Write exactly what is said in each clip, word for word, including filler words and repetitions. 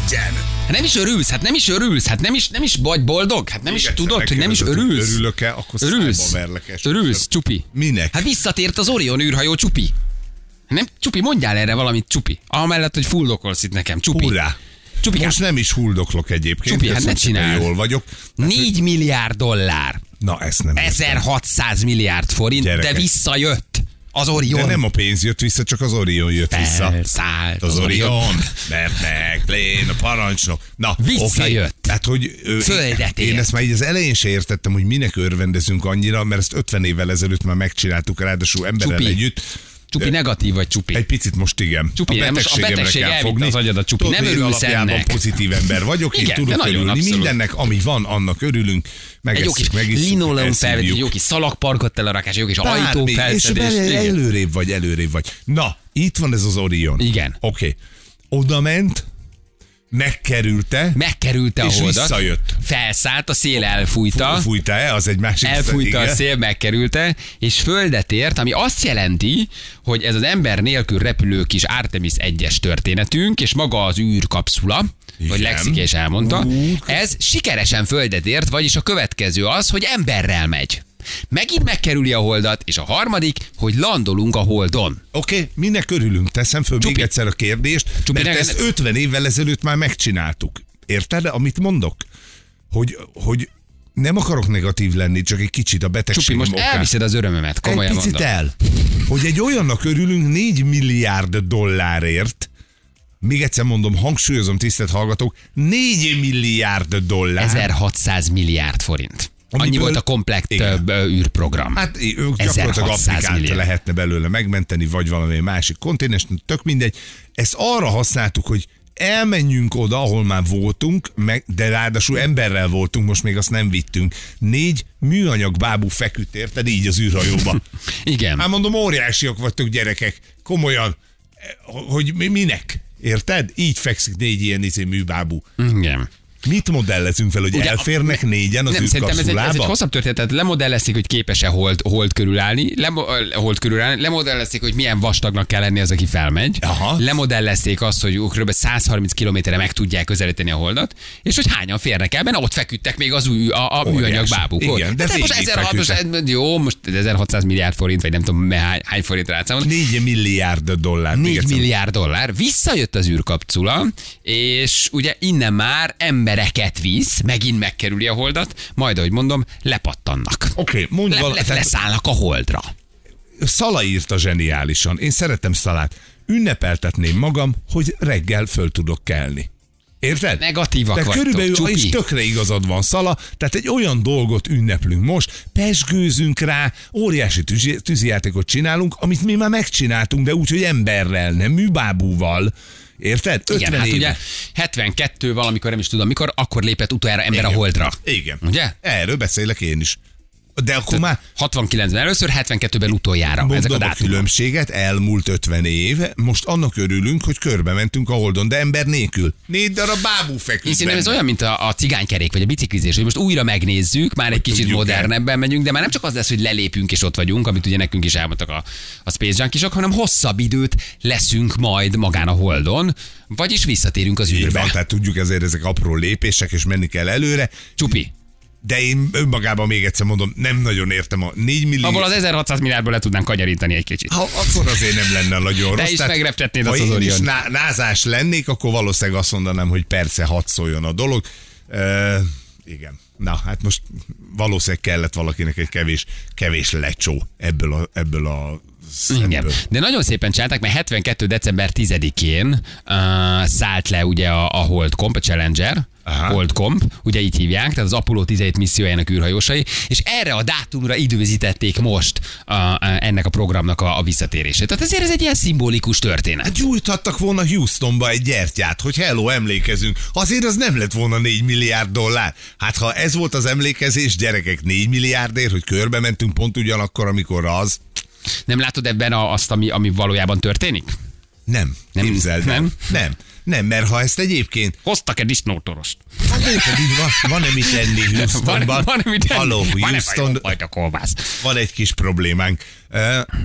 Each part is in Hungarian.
legyen. Hát nem is örülsz, hát nem is örülsz, hát nem is, nem is vagy boldog, hát nem Még is tudod, hogy nem is örülsz. Örülök-e, akkor örülsz, verlek örülsz, Csupi. Minek? Hát visszatért az Orion űrhajó, Csupi. Nem, Csupi, mondjál erre valamit, Csupi. Amellett, hogy fuldokolsz itt nekem, Csupi. Hurrá. Csupi, most nem is huldoklok egyébként. Csupi, hát ne csinálj. Jól vagyok. négy milliárd dollár. Na, ezt nem ezerhatszáz milliárd forint, Gyerekek. De visszajött. Az Orion. De nem a pénz jött vissza, csak az Orion jött vissza. Felszállt az, az Orion. Orion. Mert McLean, a parancsnok. Na, visszajött. Okay. Tehát, hogy Földet én, én ezt már így az elején se értettem, hogy minek örvendezünk annyira, mert ezt ötven évvel ezelőtt már megcsináltuk, ráadásul emberrel Csupi. együtt. Csupi, negatív vagy, Csupi? Egy picit most igen. Csupi, a most a betegség elvitt az agyad a Csupi. Tudod, nem örülsz ennek. Pozitív ember vagyok, igen, én tudok örülni abszolút. Mindennek, ami van, annak örülünk. Egy jó kis linoleum felvetés, jó kis szalagparkot telerakás, jó kis ajtófelszedés. És előrébb vagy, előrébb vagy. Na, itt van ez az Orion. Igen. Oké. Okay. Oda ment, megkerülte, megkerülte a és holdat, visszajött. Felszállt, a szél elfújta. Fújta-e? Az egy másik. Elfújta a szél, megkerülte, és földet ért, ami azt jelenti, hogy ez az ember nélkül repülő kis Artemis egyes történetünk, és maga az űrkapszula, vagy Lexike is elmondta, ez sikeresen földet ért, vagyis a következő az, hogy emberrel megy. Megint megkerüli a holdat, és a harmadik, hogy landolunk a holdon. Oké, okay, minek örülünk? Teszem föl Csupi. még egyszer a kérdést, Csupi, mert ezt ötven évvel ezelőtt már megcsináltuk. Érted, amit mondok? Hogy, hogy nem akarok negatív lenni, csak egy kicsit a betegségem Csupi, most okán. elviszed az örömömet, komolyan mondom. Egy picit mondom. el, hogy egy olyannak örülünk négy milliárd dollárért, még egyszer mondom, hangsúlyozom, tisztelt hallgatók, négy milliárd dollár. ezerhatszáz milliárd forint. Amiből, annyi volt a komplekt igen. űrprogram. Hát gyakorlatilag Afrikát lehetne belőle megmenteni, vagy valami másik kontinens, tök mindegy. Ezt arra használtuk, hogy elmenjünk oda, ahol már voltunk, meg, de ráadásul emberrel voltunk, most még azt nem vittünk. Négy műanyag bábú feküdt, érted, így az űrhajóba. Igen. Hát mondom, óriásiak vagytok gyerekek, komolyan, hogy minek? Érted? Így fekszik négy ilyen izé műbábú. Igen. Mit modellezünk fel, hogy ugye, elférnek négyen az űrkapszulába? Ez egy, ez egy hosszabb történet, lemodellezik, hogy képes-e hold, hold körül állni, lemo, hold körül állni, lemodellezik, hogy milyen vastagnak kell lenni az, aki felmegy, aha. Lemodellezik azt, hogy kb. száz harminc kilométerre meg tudják közelíteni a holdat, és hogy hányan férnek el, mert ott feküdtek még az új, a, a műanyag bábuk. Igen, de hát most ezerhatszáz, jó, most ezerhatszáz milliárd forint, vagy nem tudom hány, hány forint rászámolni. négy milliárd dollár. négy milliárd dollár. Visszajött az űrkapszula, és ugye innen már embereket visz, megint megkerüli a holdat, majd, ahogy mondom, lepattannak. Oké, okay, mondj le, le, vala... Leszállnak a holdra. Szala írta zseniálisan. Én szeretem Szalát. Ünnepeltetném magam, hogy reggel föl tudok kelni. Érted? Negatívak de vagytok, körülbelül Csupi. És tökre igazad van, Szala. Tehát egy olyan dolgot ünneplünk most, pezsgőzünk rá, óriási tűzi, tűzijátékot csinálunk, amit mi már megcsináltunk, de úgy, hogy emberrel, nem műbábúval. Érted? Igen, hát éve. Ugye hetvenkettő valamikor, nem is tudom mikor, akkor lépett utoljára ember igen. a holdra. Igen. Ugye? Erről beszélek én is. De akkor Te már... hatvankilencben először, hetvenkettőben utoljára. Mondom ezek a, a különbséget, elmúlt ötven év, most annak örülünk, hogy körbe mentünk a holdon, de ember nélkül. Négy darab bábú feküdt. Szerintem ez olyan, mint a, a cigánykerék, vagy a biciklizés, hogy most újra megnézzük, már egy kicsit modernebben megyünk, de már nem csak az lesz, hogy lelépünk és ott vagyunk, amit ugye nekünk is elmondtak a, a Space Junkiesok, hanem hosszabb időt leszünk majd magán a holdon, vagyis visszatérünk az űrbe. Van, tehát tudjuk ezért ezek apró lépések, és menni kell előre. Csupi. De én önmagában még egyszer mondom, nem nagyon értem a négy millió... Abból az ezerhatszáz milliárdból le tudnánk kanyarítani egy kicsit. Ha, akkor azért nem lenne nagyon rossz. De is megreptetnéd azt az Orion. Ha Orion. én is ná- názás lennék, akkor valószínűleg azt mondanám, hogy persze, hadd szóljon a dolog. Uh, igen. Na, hát most valószínűleg kellett valakinek egy kevés, kevés lecsó ebből a, ebből a igen. De nagyon szépen csinálták, mert hetvenkettő december tizedikén uh, szállt le ugye a, a Holdcomp, a Challenger, aha. Holdcomp, ugye így hívják, tehát az Apollo tizenhét missziójának űrhajósai, és erre a dátumra időzítették most uh, ennek a programnak a, a visszatérését. Tehát ezért ez egy ilyen szimbolikus történet. Hát gyújthattak volna Houstonba egy gyertyát, hogy hello, emlékezünk. Azért az nem lett volna négy milliárd dollár. Hát ha ez volt az emlékezés, gyerekek, négy milliárdért, hogy körbe mentünk pont ugyanakkor, amikor az... Nem látod ebben a, azt, ami, ami valójában történik? Nem. Nem. Képzeld, nem. Nem. Nem, mert ha ezt egyébként... Hoztak-e disznótorost? Hát érted, így van, van-e mit enni Houstonban? Van, van mit enni? Halló, Houston. Van, van egy kis problémánk. Uh,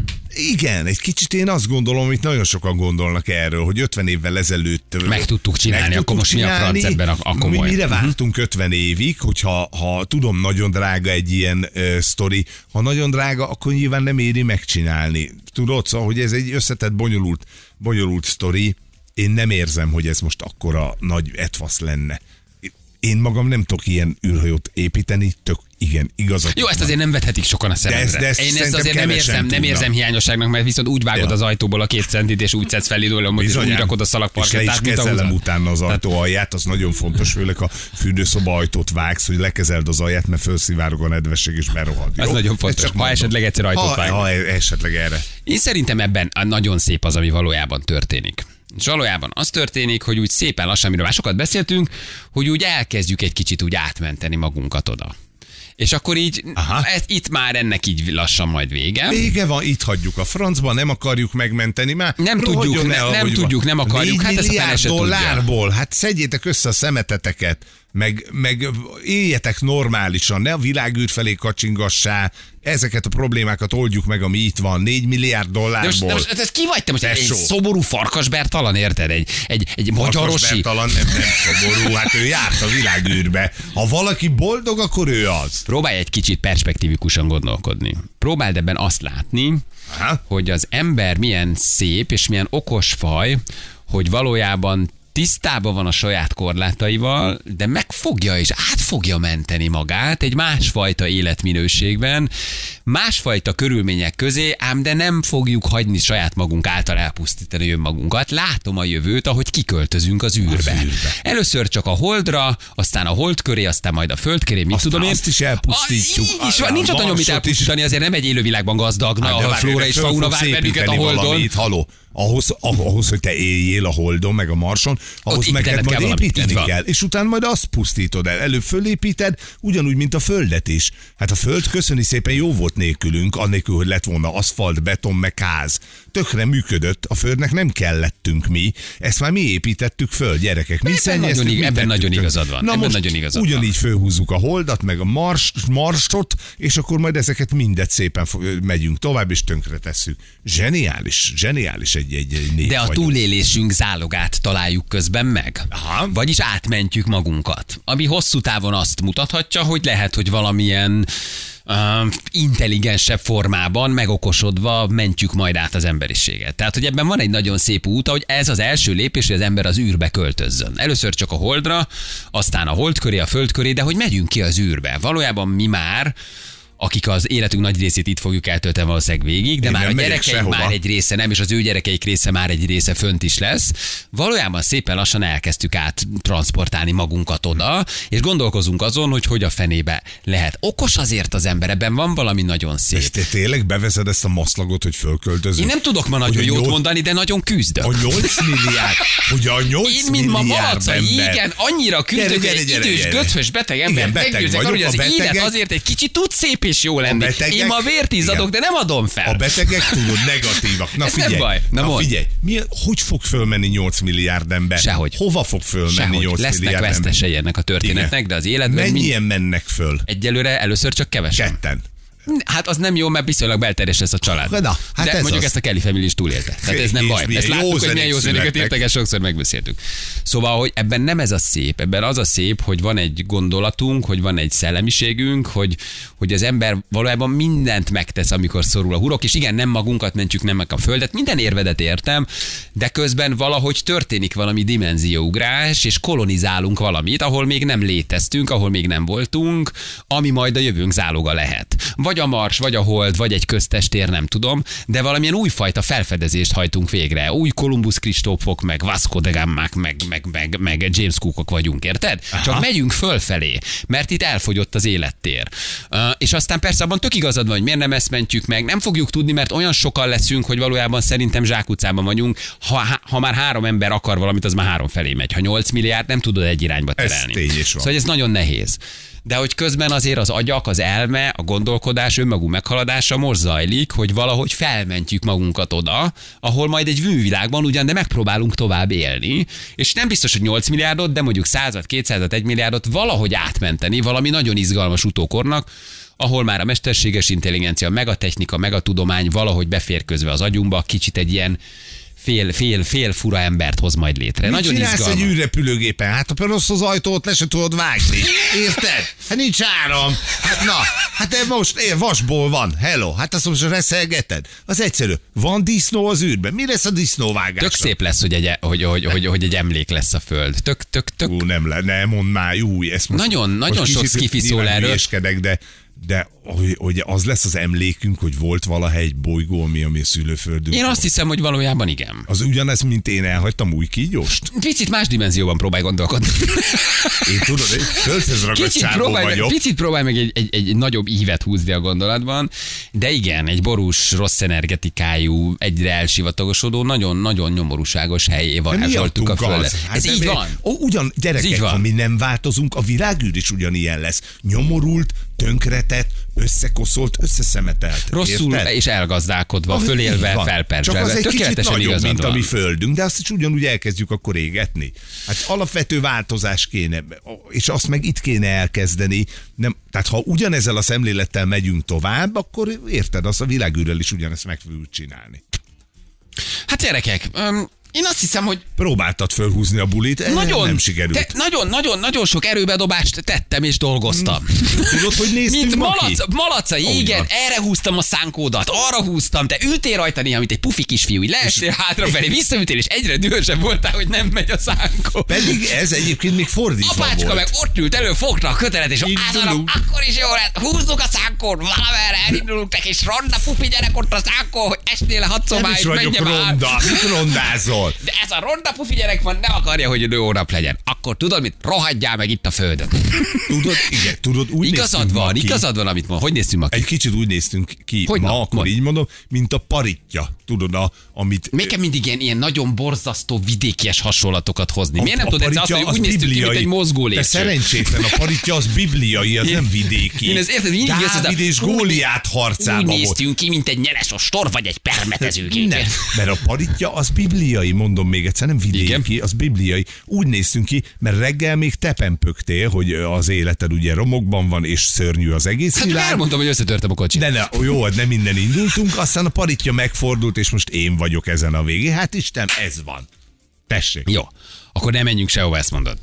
igen, egy kicsit én azt gondolom, hogy nagyon sokan gondolnak erről, hogy ötven évvel ezelőtt meg tudtuk csinálni, meg akkor most csinálni, mi a franc ebben a, a komoly? Mi, mire vártunk ötven évig, hogyha ha tudom, nagyon drága egy ilyen uh, sztori, ha nagyon drága, akkor nyilván nem éri megcsinálni. Tudod, szóval, hogy ez egy összetett, bonyolult, bonyolult sztori. Én nem érzem, hogy ez most akkora nagy etvasz lenne. Én magam nem tudok ilyen űrhajót építeni, tök igen, igazat. Jó, ezt azért nem vethetik sokan a szememre. De ez, de ezt Én ezt azért nem érzem, nem érzem hiányosságnak, mert viszont úgy vágod ja. az ajtóból a két centit, és úgy szedsz fel időlömöt, és úgy rakod a szalagparkettát. És le is kezelem utána az ajtó alját, az nagyon fontos, főleg a fürdőszoba ajtót vágsz, hogy lekezeld az alját, mert felszivárog a nedvesség, és berohad. Ez nagyon fontos, ha mondom. esetleg egyszer ajtót vágod. Ha esetleg erre. Én szerintem ebben nagyon szép az, ami valójában történik. És valójában az történik, hogy úgy szépen lassan, amiről már sokat beszéltünk, hogy úgy elkezdjük egy kicsit úgy átmenteni magunkat oda. És akkor így, ez, itt már ennek így lassan majd vége. Vége van, itt hagyjuk a francba, nem akarjuk megmenteni már. Nem tudjuk, ne, ne, nem tudjuk, nem akarjuk. Hát ezt a fele se dollárból, tudja. Hát szedjétek össze a szemeteteket, meg, meg éljetek normálisan, ne a világűr felé kacsingassá, ezeket a problémákat oldjuk meg, ami itt van, négy milliárd dollárból. De most, de most ez ki vagy te most? Egy szoború farkasbertalan, érted? Egy, egy, egy magyarosi... Farkasbertalan nem, nem szomorú, hát ő járt a világűrbe. Ha valaki boldog, akkor ő az. Próbálj egy kicsit perspektívikusan gondolkodni. Próbáld ebben azt látni, Aha. hogy az ember milyen szép és milyen okos faj, hogy valójában tisztában van a saját korlátaival, de megfogja és át fogja menteni magát egy másfajta életminőségben, másfajta körülmények közé, ám de nem fogjuk hagyni saját magunk által elpusztítani önmagunkat. Látom a jövőt, ahogy kiköltözünk az űrbe. Az űrbe. Először csak a Holdra, aztán a Hold köré, aztán majd a Föld köré, mit aztán tudom én. Azt is elpusztítjuk. A, így is van, nincs ott nagyon mit elpusztítani, azért nem egy élővilágban gazdag, na, a flóra és fauna vár bennünket a Holdon. Haló. Ahhoz, ahhoz, hogy te éljél a Holdon, meg a Marson, ahhoz meg kell majd építeni kell. kell. És utána majd azt pusztítod el. Előbb fölépíted, ugyanúgy, mint a Földet is. Hát a Föld köszöni szépen jó volt nélkülünk, annélkül, hogy lett volna aszfalt, beton, meg ház. Tökre működött, a Földnek nem kellettünk mi. Ezt már mi építettük föl, gyerekek. Mi szennyeztük, nagyon, ebben nagyon igazad van. Na ebben most nagyon igazad ugyanígy van. fölhúzzuk a Holdat, meg a Mars, Marsot, és akkor majd ezeket mindet szépen megyünk tovább, és tönkre tesszük. Zseniális, zseniális egy Egy, egy De a vagyunk. Túlélésünk zálogát találjuk közben meg. Aha. Vagyis átmentjük magunkat. Ami hosszú távon azt mutathatja, hogy lehet, hogy valamilyen uh, intelligensebb formában, megokosodva mentjük majd át az emberiséget. Tehát, hogy ebben van egy nagyon szép út, hogy ez az első lépés, hogy az ember az űrbe költözzön. Először csak a Holdra, aztán a Hold köré, a Föld köré, de hogy megyünk ki az űrbe. Valójában mi már akik az életünk nagy részét itt fogjuk eltölteni valószínűleg végig, de Én már a gyerekeink már egy része nem, és az ő gyerekeik része már egy része fönt is lesz. Valójában szépen lassan elkezdtük át transportálni magunkat oda, és gondolkozunk azon, hogy hogy a fenébe lehet. Okos azért az ember, ebben van valami nagyon szép. Ezt te tényleg bevezed ezt a maszlagot, hogy fölköltözünk? Én nem tudok ma nagyon jót nyolc... mondani, de nagyon küzdök. A nyolc milliárd, hogy a nyolc Én, mint ma malaca, igen, annyira küzdök, hogy egy idős, göthös beteg ember meggyőzek arról, hogy az betegek... élet azért egy kicsit tud szép és jó lenni. Betegek, Én ma vért izzadok, de nem adom fel. A betegek tudod negatívak. Na figyelj, nem baj. Na, na figyelj. Mi, hogy fog fölmenni nyolc milliárd ember? Sehogy. Hova fog fölmenni Sehogy. nyolc Lesznek milliárd ember? Lesznek vesztesei ennek a történetnek, igen. De az életben... Mennyien mind... mennek föl? Egyelőre először csak kevesen. Ketten. Hát az nem jó, mert viszonylag belterjes lesz a család. Na, hát de ez mondjuk az. ezt a Kelly Family is túlélte. Tehát ez nem baj. Ezt láttuk, hogy milyen jó zenéket írtak, és sokszor megbeszéltük. Szóval, hogy ebben nem ez a szép, ebben az a szép, hogy van egy gondolatunk, hogy van egy szellemiségünk, hogy, hogy az ember valójában mindent megtesz, amikor szorul a hurok, és igen, nem magunkat mentjük, nem meg a földet, minden érvedet értem, de közben valahogy történik valami dimenzióugrás, és kolonizálunk valamit, ahol még nem léteztünk, ahol még nem voltunk, ami majd a jövőnk záloga lehet. Vagy a Mars, vagy a Hold, vagy egy köztestér, nem tudom, de valamilyen újfajta felfedezést hajtunk végre. Új Columbus Kristófok, meg Vasco de Gamák, meg, meg, meg, meg James Cookok vagyunk, érted? Aha. Csak megyünk fölfelé, mert itt elfogyott az élettér. Uh, és aztán persze abban tök igazad van, hogy miért nem ezt mentjük meg, nem fogjuk tudni, mert olyan sokan leszünk, hogy valójában szerintem zsákutcában vagyunk. Ha, ha már három ember akar valamit, az már három felé megy. Ha nyolc milliárd, nem tudod egy irányba terelni. Ez szóval ez nagyon nehéz. De hogy közben azért az agyak, az elme, a gondolkodás meghaladás, önmagunk meghaladása most zajlik, hogy valahogy felmentjük magunkat oda, ahol majd egy művilágban ugyan, de megpróbálunk tovább élni, és nem biztos, hogy nyolc milliárdot, de mondjuk százat, kétszázat, egy milliárdot valahogy átmenteni valami nagyon izgalmas utókornak, ahol már a mesterséges intelligencia, meg a technika, meg a tudomány valahogy beférközve az agyunkba, kicsit egy ilyen fél, fél, fél fura embert hoz majd létre. Mit nagyon csinálsz izgalmas. egy űrrepülőgépen? Hát ha rossz az ajtót, le se tudod vágni. Érted? Hát nincs áram. Hát na, hát de most ér, vasból van. Hello. Hát azt most reszelgeted. Az egyszerű. Van disznó az űrben. Mi lesz a disznóvágás? Tök szép lesz, hogy egy, hogy, hogy, hogy, hogy egy emlék lesz a föld. Tök, tök, tök. Ú, nem, le, nem mondd már, új. Ezt most, Nagyon, most nagyon sok skifi szól erről. De, de hogy, hogy az lesz az emlékünk, hogy volt valaha egy bolygó, ami, ami a szülőföldünk. Én volt. azt hiszem, hogy valójában igen. Az ugyanez, mint én elhagytam új kígyóst? Picit más dimenzióban próbálj gondolkodni. Én tudod, egy földhöz ragadt csávó vagyok. Picit próbálj meg egy, egy, egy nagyobb ívet húzni a gondolatban, de igen, egy borús, rossz energetikájú, egyre elsivatagosodó, nagyon-nagyon nyomorúságos helyé varázsoltuk a földet. Hát ez így mi, van. Ó, ugyan, gyerekek, ha mi nem változunk, a világűr is ugyanilyen lesz. Nyomorult, tönkretett, összekoszolt, összeszemetelt. Rosszul érted? és elgazdálkodva, fölélve, felperzselve. Csak az egy kicsit Tökéletesen nagyobb, igazad mint van. a mi földünk, de azt is ugyanúgy elkezdjük akkor égetni. Hát alapvető változás kéne, és azt meg itt kéne elkezdeni. Nem, tehát ha ugyanezzel a szemlélettel megyünk tovább, akkor érted, azt a világűrrel is ugyanezt meg fogjuk csinálni. Hát gyerekek, um, én azt hiszem, hogy próbáltad fölhúzni a bulit, nagyon, nem sikerült. Te, nagyon, nagyon, nagyon sok erőbedobást tettem és dolgoztam. Tudod, hogy néztünk Mint ma malac, malaca jégen, van. erre húztam a szánkódat, arra húztam, te ültél rajta néha, mint egy pufi kisfiú, így leestél hátrafelé, visszaültél, és egyre dühösebb voltál, hogy nem megy a szánkó. Pedig ez egyébként még fordítva Apácska volt. meg ott ült elő, fogta a kötelet, és általában akkor is jó lett, húzzuk a szánkót, valamerre elindulunk, te kis ronda pufi gyerek ott a szánkó, hogy esnél a hatszobáig, menjem ronda, mit rondázol? De ez a ronda pufi gyerek van, nem akarja, hogy jó nap legyen. Akkor tudod mit? Rohadjál meg itt a földön. Tudod, igen, tudod, úgy igazad van, ki. igazad van, amit mond. Hogy néztünk ma ki? Egy kicsit úgy néztünk ki hogy ma, na, akkor mond. így mondom, mint a paritja. Tudod, a, amit... Miért mindig ilyen, ilyen nagyon borzasztó vidékies hasonlatokat hozni? A, Miért nem tudod egyszer azt, hogy úgy néztünk ki, mint egy mozgó lépcső? De szerencsétlen, a paritja az bibliai, az én, nem vidéki. Én ez érted, mindig Dávid és Góliát harcában úgy volt. néztünk ki, mint egy nyeres ostor, vagy egy permetezőgép. Nem, mert a paritja az bibliai, mondom még egyszer, nem vidéki, igen. Az bibliai. Úgy néztünk ki, mert reggel még tepempögtél, hogy az életed ugye romokban van, és szörnyű az egész hát világ. elmondtam, hogy összetörtem a kocsit. De ne, jó, nem minden indultunk, aztán a paritja megfordult, és most én vagyok ezen a végén. Hát Isten, ez van. Tessék. Jó, akkor nem menjünk sehova, ezt mondod.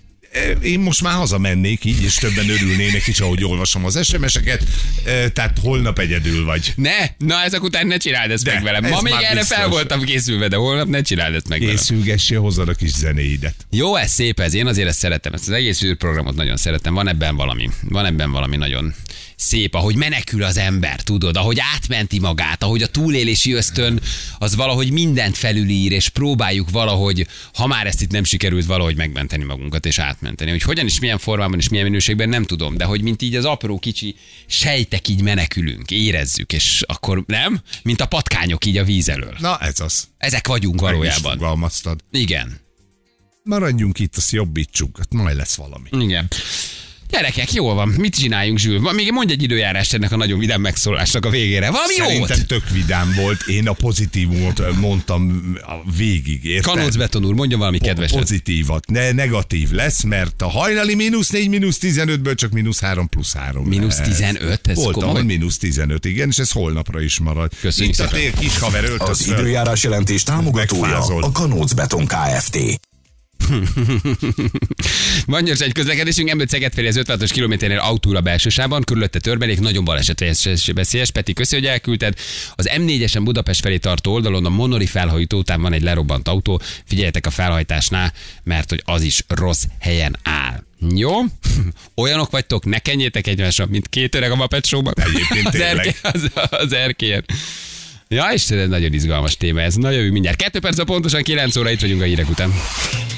Én most már hazamennék így, és többen örülnének is, ahogy olvasom az es em es-eket, tehát holnap egyedül vagy. Ne, na ezek után ne csináld ezt de, meg velem. Ma még erre biztos. Fel voltam készülve, de holnap ne csináld ezt meg velem. Készülgessél, hozzad a kis zenéidet. Jó, ez szép ez, én azért ezt szeretem, ezt az egész űrprogramot nagyon szeretem, van ebben valami, van ebben valami nagyon szép, ahogy menekül az ember, tudod, ahogy átmenti magát, ahogy a túlélési ösztön az valahogy mindent felülír, és próbáljuk valahogy, ha már ezt itt nem sikerült, valahogy megmenteni magunkat és átmenteni. Hogy hogyan is, milyen formában és milyen minőségben nem tudom, de hogy mint így az apró kicsi sejtek így menekülünk, érezzük, és akkor nem? Mint a patkányok így a víz elől. Na ez az. Ezek vagyunk valójában. Fogalmaztad. Igen. Maradjunk itt, azt jobbítsuk, hát majd lesz valami. Igen. Gyerekek, jól van. Mit csináljunk, Zsül? Még mondj egy időjárást ennek a nagyon vidám megszólásnak a végére. Valami jót? Szerintem tök vidám volt. Én a pozitívumot mondtam a végig, érted? Kanóc Beton úr, mondja valami kedveset. Pozitívat. Ne, negatív lesz, mert a hajnali mínusz négy, mínusz tizenötből csak mínusz három plusz három. Mínusz tizenöt? Ez volt, komoly. ahol mínusz tizenöt, igen, és ez holnapra is marad. Köszönjük szépen. Itt a tél kis haver öltöz Az föl. Időjárás jelentés támogatója Megfázol. a Kanóc Beton Kft. Van gyors egy közlekedésünk, ebből Szeged felé az ötvenhatos kilométernél autóra belsősában, körülötte törmelék, nagyon balesetveszélyes. Peti, köszi, hogy elküldted. Az em négyesen Budapest felé tartó oldalon a Monori felhajtó után van egy lerobbant autó. Figyeljetek a felhajtásnál, mert hogy az is rossz helyen áll. Jó? Olyanok vagytok, ne kenjétek egymásra, mint két öreg a Muppet Show-ban. Egyébként az, erké, az, az erkélyen. Ja, Istenem, nagyon izgalmas téma ez. Na jövő mindjárt. Kettő perc a pontosan kilenc óra, itt vagyunk a hírek után.